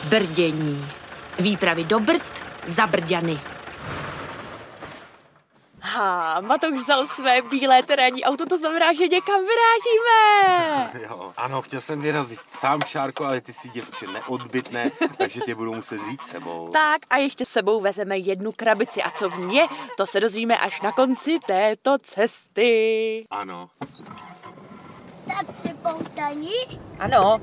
Brdění. Výpravy do Brd za Brďany. Matouš vzal své bílé terénní auto, to znamená, že někam vyrážíme. Jo, ano, chtěl jsem vyrazit sám, Šárko, ale ty si děvče neodbytné, takže tě budu muset vzít sebou. Tak a ještě s sebou vezeme jednu krabici a co v ní je, to se dozvíme až na konci této cesty. Ano. Tak připoutaní? Ano.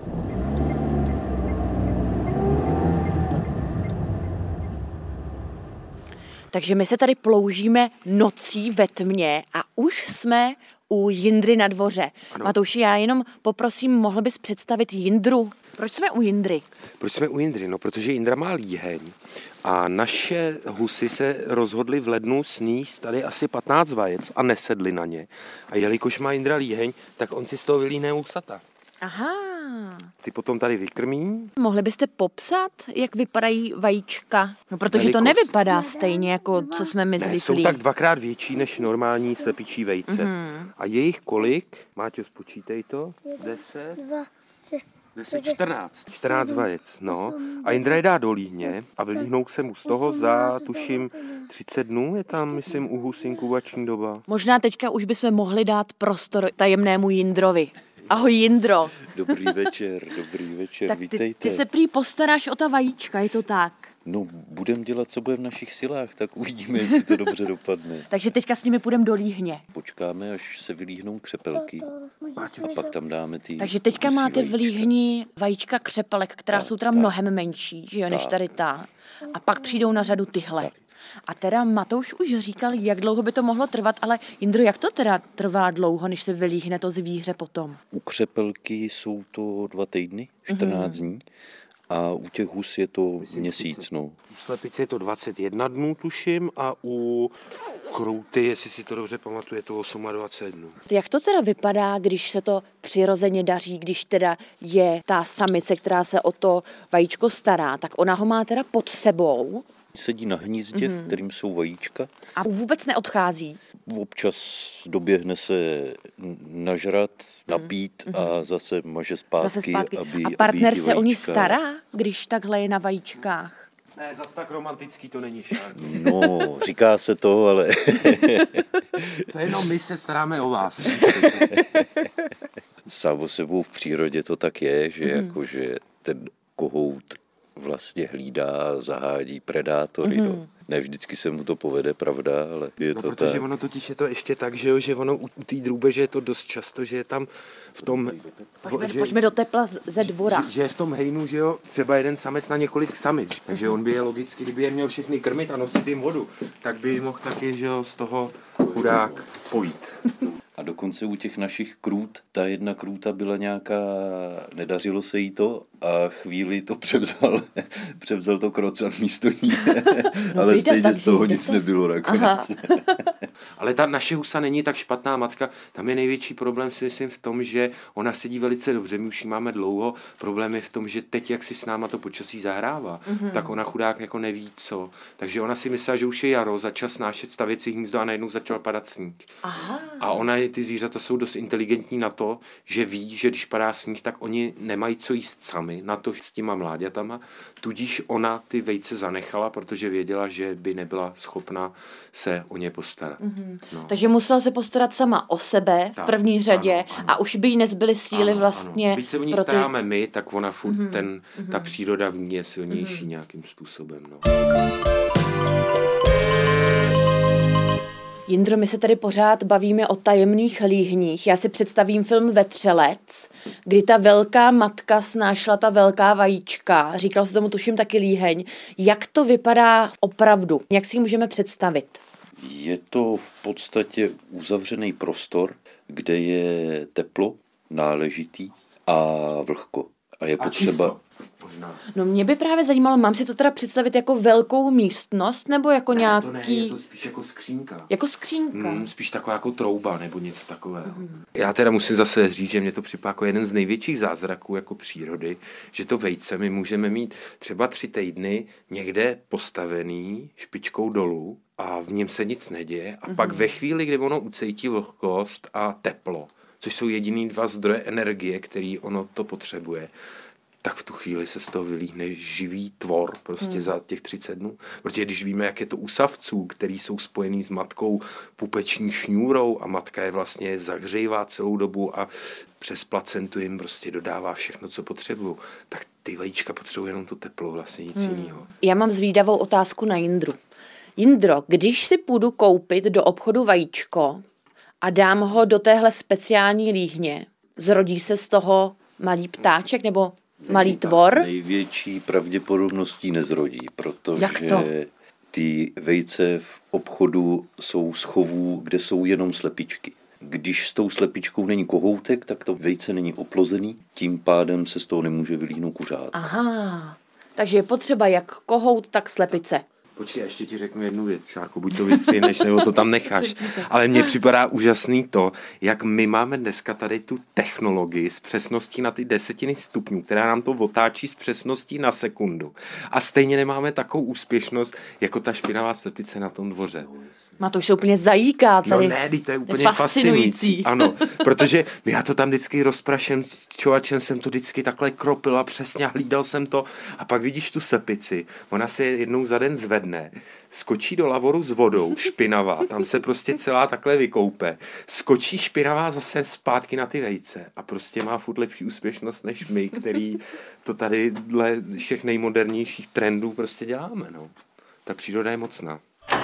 Takže my se tady ploužíme nocí ve tmě a už jsme u Jindry na dvoře. Ano. Matouši, já jenom poprosím, mohl bys představit Jindru? Proč jsme u Jindry? Proč jsme u Jindry? No, protože Jindra má líheň a naše husy se rozhodly v lednu sníst tady asi 15 vajec a nesedli na ně. A jelikož má Jindra líheň, tak on si z toho vylíhne úsata. Aha. Ty potom tady vykrmí. Mohli byste popsat, jak vypadají vajíčka? No, protože to nevypadá stejně, jako co jsme my zvyklí. Jsou tak 2x větší než normální slepičí vejce. Mm-hmm. A jejich kolik? Máťo, spočítej to. 10, 2, 3, 10, 14 vajec, no. A Jindra je dá do líhně a vylíhnou se mu z toho za, tuším, 30 dnů je tam, myslím, u hus inkubační doba. Možná teďka už bychom mohli dát prostor tajemnému Jindrovi. Ahoj, Jindro. Dobrý večer, tak vítejte. Ty se prý postaráš o ta vajíčka, je to tak? No, budeme dělat, co bude v našich silách, tak uvidíme, jestli to dobře dopadne. Takže teďka s nimi půjdeme do líhně. Počkáme, až se vylíhnou křepelky a pak tam dáme ty... Takže teďka máte v líhni vajíčka křepelek, která jsou teda mnohem menší, že jo, než tady ta. A pak přijdou na řadu tyhle. A teda Matouš už říkal, jak dlouho by to mohlo trvat, ale Jindro, jak to teda trvá dlouho, než se vylíhne to zvíře potom? U křepelky jsou to 2 týdny, 14 dní. A u těch hus je to měsíc, no. U slepice je to 21 dnů, tuším, a u krouty, jestli si to dobře pamatuje, je to 28 dnů. Jak to teda vypadá, když se to přirozeně daří, když teda je ta samice, která se o to vajíčko stará, tak ona ho má teda pod sebou? Sedí na hnízdě, v kterým jsou vajíčka. A vůbec neodchází? Občas doběhne se nažrat, napít a zase maže zpátky. Aby, a partner se o ní vajíčka... stará, když takhle je na vajíčkách? Ne, zas tak romantický to není, Šárko. No, říká se to, ale... To je jenom my se staráme o vás. Sám o sebou v přírodě to tak je, že jakože ten kohout vlastně hlídá, zahádí predátory. No. Ne vždycky se mu to povede, pravda, ale je to protože tak. Ono totiž je to ještě tak, že ono u té drůbeže je to dost často, že je tam v tom... Pojďme do tepla ze dvora. Že je v tom hejnu, že jo, třeba jeden samec na několik samic. Takže on by je logicky, kdyby je měl všechny krmit a nosit jim vodu, tak by mohl taky, že jo, z toho chudák pojít. A dokonce u těch našich krůt, ta jedna krůta byla nějaká, nedařilo se jí to a chvíli to převzal to krocan místo ní. Ale stejně z toho nic nebylo nakonec. Ale ta naše husa není tak špatná matka, tam je největší problém si myslím v tom, že ona sedí velice dobře, my už ji máme dlouho, problém je v tom, že teď, jak si s náma to počasí zahrává, tak ona chudák jako neví co, takže ona si myslela, že už je jaro, začal snášet stavět si hnízdo a najednou začal padat sníh. Aha. A ty zvířata jsou dost inteligentní na to, že ví, že když padá sníh, tak oni nemají co jíst sami, na to s těma mláďatama, tudíž ona ty vejce zanechala, protože věděla, že by nebyla schopna se o ně postarat. No. Takže musela se postarat sama o sebe v první řadě a už by jí nezbyly síly vlastně. Ano. Byť se o ní staráme my, tak ona furt ta příroda v ní je silnější nějakým způsobem. No. Jindro, my se tady pořád bavíme o tajemných líhních. Já si představím film Vetřelec, kdy ta velká matka snášela ta velká vajíčka. Říkal se tomu tuším taky líheň. Jak to vypadá opravdu? Jak si ji můžeme představit? Je to v podstatě uzavřený prostor, kde je teplo, náležitý a vlhko. A je potřeba... Možná. No mě by právě zajímalo, mám si to teda představit jako velkou místnost, nebo jako nějaký... To ne, je to spíš jako skřínka. Jako skřínka? Spíš taková jako trouba, nebo něco takového. Já teda musím zase říct, že mě to připadá jako jeden z největších zázraků jako přírody, že to vejce my můžeme mít třeba 3 týdny někde postavený špičkou dolů a v něm se nic neděje a pak ve chvíli, kdy ono ucítí vlhkost a teplo, což jsou jediný 2 zdroje energie, který ono to potřebuje, tak v tu chvíli se z toho vylíhne živý tvor prostě za těch 30 dnů. Protože když víme, jak je to u savců, který jsou spojený s matkou pupeční šňůrou a matka je vlastně zahřejvá celou dobu a přes placentu jim prostě dodává všechno, co potřebují, tak ty vajíčka potřebují jenom to teplo, vlastně nic jiného. Já mám zvídavou otázku na Jindru. Jindro, když si půjdu koupit do obchodu vajíčko a dám ho do téhle speciální líhně, zrodí se z toho malý ptáček nebo malý tvor? Největší pravděpodobností nezrodí, protože ty vejce v obchodu jsou z chovů, kde jsou jenom slepičky. Když s tou slepičkou není kohoutek, tak to vejce není oplozený, tím pádem se z toho nemůže vylíhnout kuřát. Aha, takže je potřeba jak kohout, tak slepice. Počkej, ještě ti řeknu jednu věc, Šárko, buď to vystřihneš, nebo to tam necháš. Ale mně připadá úžasný to, jak my máme dneska tady tu technologii s přesností na ty 10 stupňů, která nám to otáčí s přesností na sekundu. A stejně nemáme takovou úspěšnost, jako ta špinavá slepice na tom dvoře. Matouš se úplně zajíká tady. No ne, to je úplně fascinující. Ano, protože já to tam vždycky rozprašen čovačem jsem to vždycky takhle kropil a přesně hlídal jsem to. A pak vidíš tu slepici, ona se jednou za den zvedne, skočí do lavoru s vodou, špinavá, tam se prostě celá takhle vykoupe, skočí špinavá zase zpátky na ty vejce a prostě má furt lepší úspěšnost než my, který to tady dle všech nejmodernějších trendů prostě děláme. No. Ta příroda je mocná.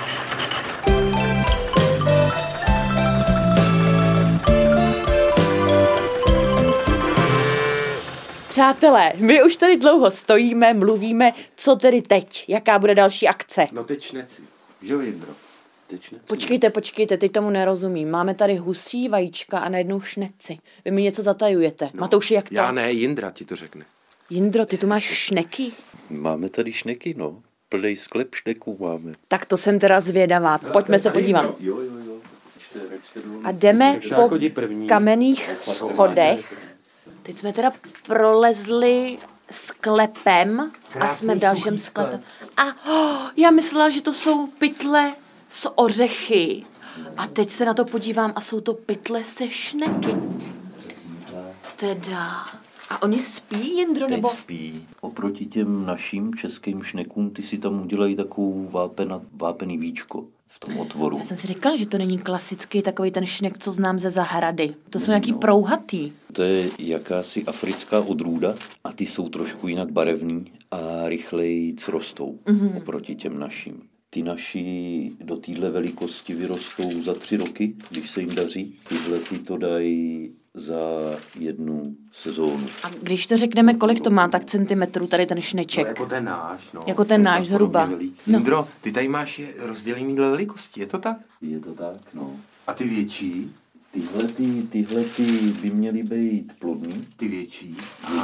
Přátelé, my už tady dlouho stojíme, mluvíme, co tedy teď, jaká bude další akce. No teď šneci, že jo, Jindro? Počkejte, teď tomu nerozumím. Máme tady husí vajíčka a najednou šneci. Vy mi něco zatajujete. No, Matouši, jak to? Já ne, Jindra ti to řekne. Jindro, ty tu máš šneky? Máme tady šneky, no. Plnej sklep šneků máme. Tak to jsem teda zvědavá. Pojďme se podívat. Jo. A jdeme po kamenných schodech. Teď jsme teda prolezli sklepem a jsme v dalším sklepem. A já myslela, že to jsou pytle s ořechy. A teď se na to podívám a jsou to pytle se šneky. Teda. A oni spí, Jindro, nebo? Teď spí. Oproti těm našim českým šnekům, ty si tam udělají takovou vápený víčko v tom otvoru. Já jsem si říkala, že to není klasický takový ten šnek, co znám ze zahrady. To jsou nějaký prouhatý. To je jakási africká odrůda a ty jsou trošku jinak barevný a rychleji rostou oproti těm našim. Ty naši do téhle velikosti vyrostou za 3 roky, když se jim daří. Tyhle ty to dají za 1 sezónu. A když to řekneme, kolik to má tak centimetrů tady ten šneček? No, jako ten náš, no. Jako ten náš zhruba. No. Jindro, ty tady máš rozdělený dle velikosti, je to tak? Je to tak, no. A ty větší? Tyhle by měly být plodní. Ty větší.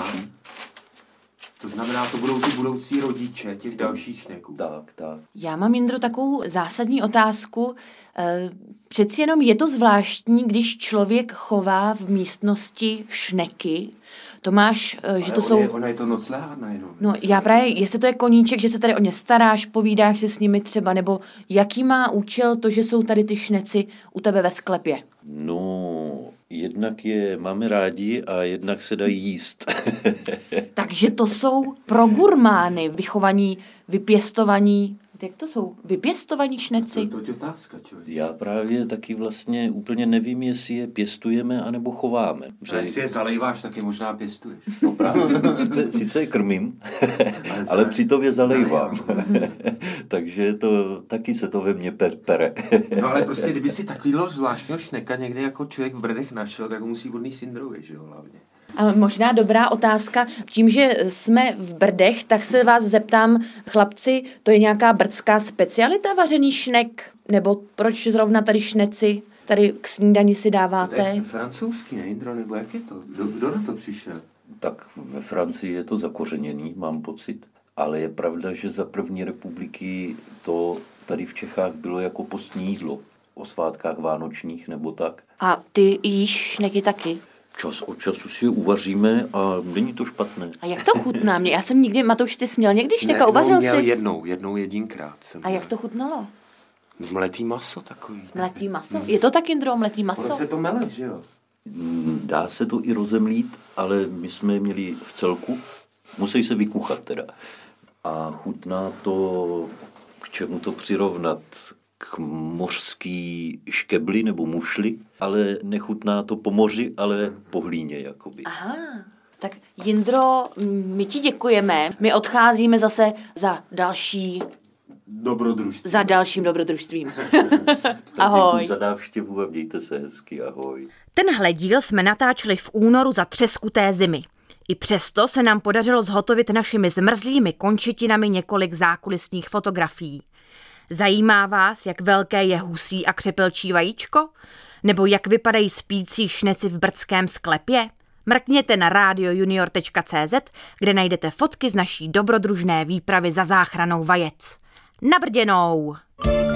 To znamená, to budou ty budoucí rodiče těch dalších šneků. Tak. Já mám, Jindro, takovou zásadní otázku. Přeci jenom je to zvláštní, když člověk chová v místnosti šneky. To máš, že to jsou... Ona je to noclehárna jenom. No já právě, jestli to je koníček, že se tady o ně staráš, povídáš si s nimi třeba, nebo jaký má účel to, že jsou tady ty šneci u tebe ve sklepě? No, jednak je máme rádi a jednak se dají jíst. Takže to jsou pro gurmány, vychovaní, vypěstovaní, jak to jsou? Vypěstovaní šneci? To je otázka, člověk. Já právě taky vlastně úplně nevím, jestli je pěstujeme, anebo chováme. A jestli je zalejváš, tak je možná pěstuješ. No právě, sice je krmím, ale přitom je zalejvám. Takže taky se to ve mně pere. No ale prostě, kdyby si takovýhle zvláštního šneka někde jako člověk v Brdech našel, tak ho musí odnést Jindrovi, že jo, hlavně. A možná dobrá otázka. Tím, že jsme v Brdech, tak se vás zeptám, chlapci, to je nějaká brdská specialita vařený šnek? Nebo proč zrovna tady šneci tady k snídani si dáváte? To je francouzský, ne, Jindro, nebo jak je to? Kdo na to přišel? Tak ve Francii je to zakořeněný, mám pocit. Ale je pravda, že za první republiky to tady v Čechách bylo jako postní jídlo. O svátkách vánočních nebo tak. A ty jíš šneky taky? Čas od času si je uvaříme a není to špatné. A jak to chutná mě? Já jsem nikdy, Matouš, ty jsi měl někdy šneka, uvařil jsi? Jednou jedinkrát. A jak to chutnalo? Mletý maso takový. Mletý maso? Je to tak, Jindro, mletý maso? Ono se to mele, že jo? Dá se to i rozemlít, ale my jsme je měli v celku Musí se vykuchat teda. A chutná to, k čemu to přirovnat, k mořský škebli nebo mušli, ale nechutná to po moři, ale po hlíně jakoby. Aha. Tak Jindro, my ti děkujeme. My odcházíme zase za dalším dobrodružstvím. Ahoj. Děkuji za návštěvu a mějte se hezky. Ahoj. Tenhle díl jsme natáčeli v únoru za třeskuté zimy. I přesto se nám podařilo zhotovit našimi zmrzlými končetinami několik zákulisních fotografií. Zajímá vás, jak velké je husí a křepelčí vajíčko? Nebo jak vypadají spící šneci v brdském sklepě? Mrkněte na radiojunior.cz, kde najdete fotky z naší dobrodružné výpravy za záchranou vajec. Na brděnou!